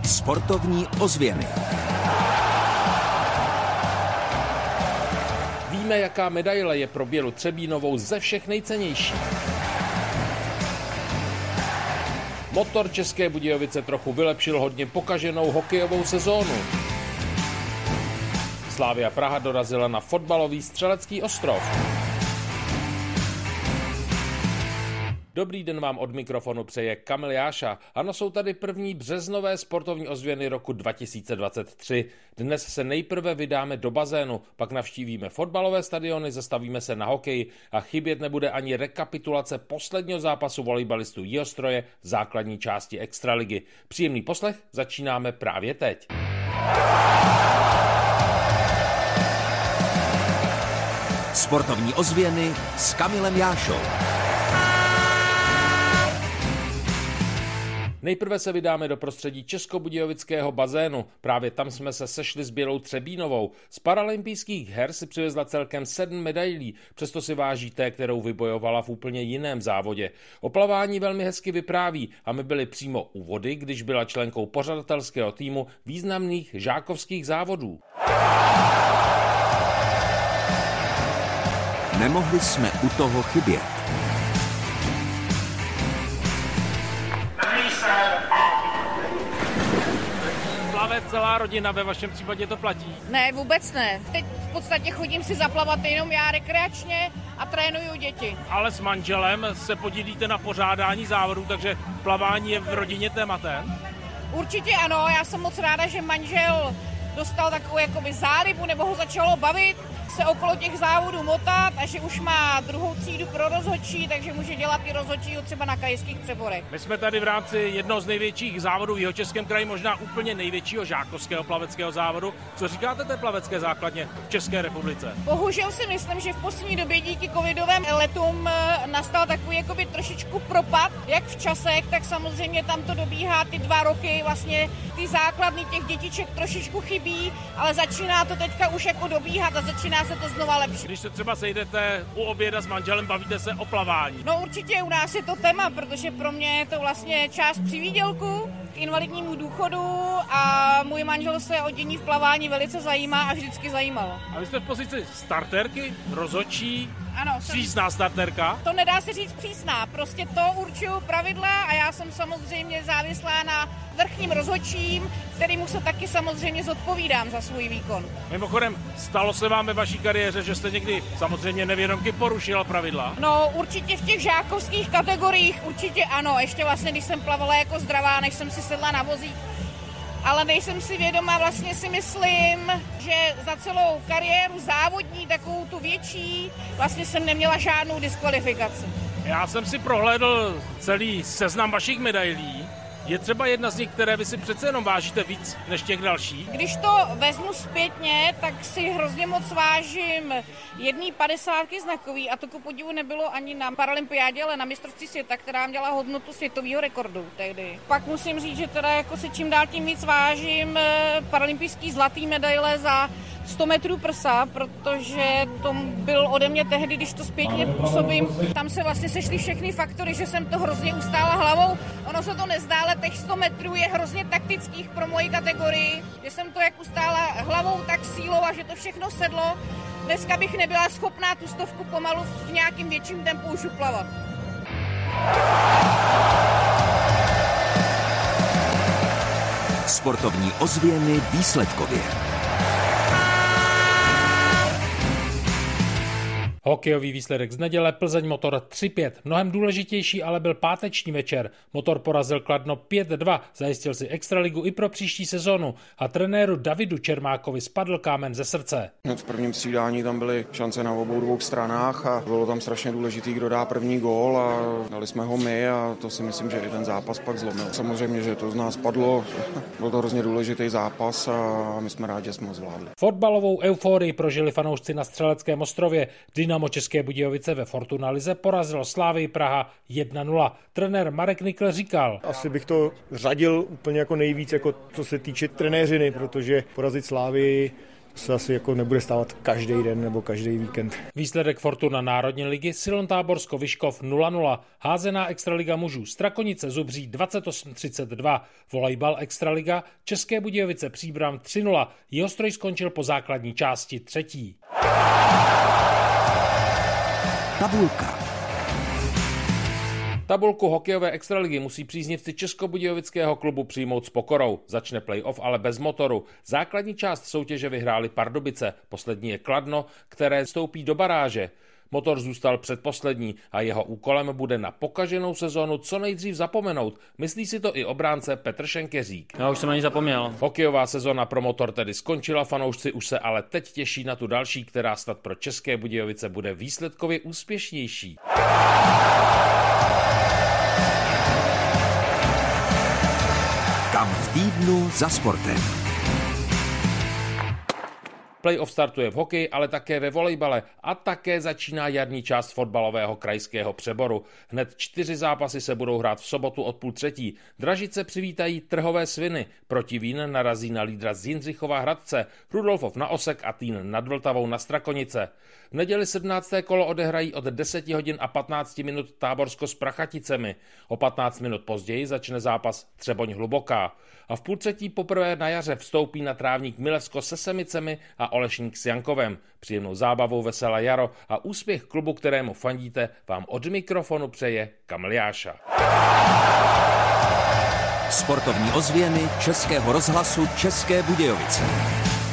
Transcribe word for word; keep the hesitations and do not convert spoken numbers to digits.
Sportovní ozvěny. Víme, jaká medaile je pro Bělu Třebínovou ze všech nejcennější. Motor České Budějovice trochu vylepšil hodně pokaženou hokejovou sezónu. Slavia Praha dorazila na fotbalový Střelecký ostrov. Dobrý den vám od mikrofonu přeje Kamil Jáša. Ano, jsou tady první březnové sportovní ozvěny roku dva tisíce dvacet tři. Dnes se nejprve vydáme do bazénu, pak navštívíme fotbalové stadiony, zastavíme se na hokeji a chybět nebude ani rekapitulace posledního zápasu volejbalistů Jihostroj v základní části extraligy. Příjemný poslech, začínáme právě teď. Sportovní ozvěny s Kamilem Jášou. Nejprve se vydáme do prostředí českobudějovického bazénu. Právě tam jsme se sešli s Bělou Třebínovou. Z paralympijských her si přivezla celkem sedm medailí, přesto si váží té, kterou vybojovala v úplně jiném závodě. O plavání velmi hezky vypráví a my byli přímo u vody, když byla členkou pořadatelského týmu významných žákovských závodů. Nemohli jsme u toho chybět. Plave celá rodina, ve vašem případě to platí? Ne, vůbec ne. Teď v podstatě chodím si zaplavat jenom já rekreačně a trénuju děti. Ale s manželem se podílíte na pořádání závodů, takže plavání je v rodině tématem? Určitě ano, já jsem moc ráda, že manžel dostal takovou jakoby zálibu, nebo ho začalo bavit se okolo těch závodů motat a že už má druhou třídu pro rozhodčí, takže může dělat i rozhodčího třeba na krajských přeborech. My jsme tady v rámci jednoho z největších závodů v Jihočeském kraji, možná úplně největšího žákovského plaveckého závodu. Co říkáte té plavecké základně v České republice? Bohužel si myslím, že v poslední době díky covidovým letům nastal takový jakoby trošičku propad, jak v časech, tak samozřejmě tam to dobíhá ty dva roky, vlastně ty základny těch dětiček trošičku chybí, ale začíná to teďka už jako dobíhat a začíná se to znova lepší. Když se třeba sejdete u oběda s manželem, bavíte se o plavání? No určitě u nás je to téma, protože pro mě je to vlastně část přivýdělku k invalidnímu důchodu a můj manžel se o dění v plavání velice zajímá a vždycky zajímalo. A vy jste v pozici starterky, rozhodčí, ano, přísná starterka? To nedá se říct přísná, prostě to určují pravidla a já jsem samozřejmě závislá na vrchním rozhodčím, kterýmu se taky samozřejmě zodpovídám za svůj výkon. Mimochodem, stalo se vám ve vaší kariéře, že jste někdy samozřejmě nevědomky porušila pravidla? No určitě v těch žákovských kategoriích určitě ano, ještě vlastně když jsem plavala jako zdravá, než jsem si sedla na vozík. Ale nejsem si vědomá, vlastně si myslím, že za celou kariéru závodní, takovou tu větší, vlastně jsem neměla žádnou diskvalifikaci. Já jsem si prohlédl celý seznam vašich medailí. Je třeba jedna z nich, které vy si přece jenom vážíte víc než těch dalších? Když to vezmu zpětně, tak si hrozně moc vážím jedný padesátky znakový a to ku podivu nebylo ani na paralympiádě, ale na mistrovství světa, která měla hodnotu světového rekordu tehdy. Pak musím říct, že teda jako si čím dál tím víc vážím paralympijský zlatý medaile za sto metrů prsa, protože to byl ode mě tehdy, když to zpětně působím. Tam se vlastně sešly všechny faktory, že jsem to hrozně ustála hlavou. Ono se to nezdá, ale těch sto metrů je hrozně taktických pro moji kategorii, že jsem to jak ustála hlavou, tak sílou a že to všechno sedlo. Dneska bych nebyla schopná tu stovku pomalu v nějakým větším tempu už uplavat. Sportovní ozvěny výsledkově. Hokejový výsledek z neděle, Plzeň Motor tři pět. Mnohem důležitější ale byl páteční večer. Motor porazil Kladno pět dva, zajistil si extraligu i pro příští sezonu a trenéru Davidu Čermákovi spadl kámen ze srdce. V prvním střídání tam byly šance na obou dvou stranách a bylo tam strašně důležitý, kdo dá první gól a dali jsme ho my a to si myslím, že i ten zápas pak zlomil. Samozřejmě, že to z nás padlo, byl to hrozně důležitý zápas a my jsme rádi, že jsme ho zvládli. Fotbalovou euforii prožili fanoušci na Střeleckém ostrově. Dynamo České Budějovice ve Fortuna lize porazilo Slavii Praha jedna nula. Trenér Marek Nikl říkal: Asi bych to řadil úplně jako nejvíc, jako co se týče trenéřiny, protože porazit Slavii se asi jako nebude stávat každý den nebo každý víkend. Výsledek Fortuna Národní ligy Silon Táborsko Vyškov nula nula, házená extraliga mužů Strakonice Zubří dvacet osm třicet dva, volejbal extraliga České Budějovice Příbram tři nula, Jihostroj skončil po základní části třetí. Tabulka. Tabulku hokejové extraligy musí příznivci českobudějovického klubu přijmout s pokorou. Začne play-off, ale bez motoru. Základní část soutěže vyhráli Pardubice, poslední je Kladno, které vstoupí do baráže. Motor zůstal předposlední a jeho úkolem bude na pokaženou sezónu co nejdřív zapomenout. Myslí si to i obránce Petr Šenkeřík. Já už jsem na ní zapomněl. Hokejová sezóna pro Motor tedy skončila, fanoušci už se ale teď těší na tu další, která snad pro České Budějovice bude výsledkově úspěšnější. Kam v týdnu za sportem. Playoff startuje v hokeji, ale také ve volejbale a také začíná jarní část fotbalového krajského přeboru. Hned čtyři zápasy se budou hrát v sobotu od půl třetí. Dražice přivítají Trhové Sviny, Protivín narazí na lídra z Jindřichova Hradce, Rudolfov na Osek a Týn nad Vltavou na Strakonice. V neděli sedmnácté kolo odehrají od deset hodin a patnáct minut Táborsko s Prachaticemi. O patnáct minut později začne zápas Třeboň Hluboká. A v půl třetí poprvé na jaře vstoupí na trávník Milevsko se Semicemi a Olešník s Jankovem. Příjemnou zábavou, veselé jaro a úspěch klubu, kterému fandíte, vám od mikrofonu přeje Kamil Jáša. Sportovní ozvěny Českého rozhlasu České Budějovice.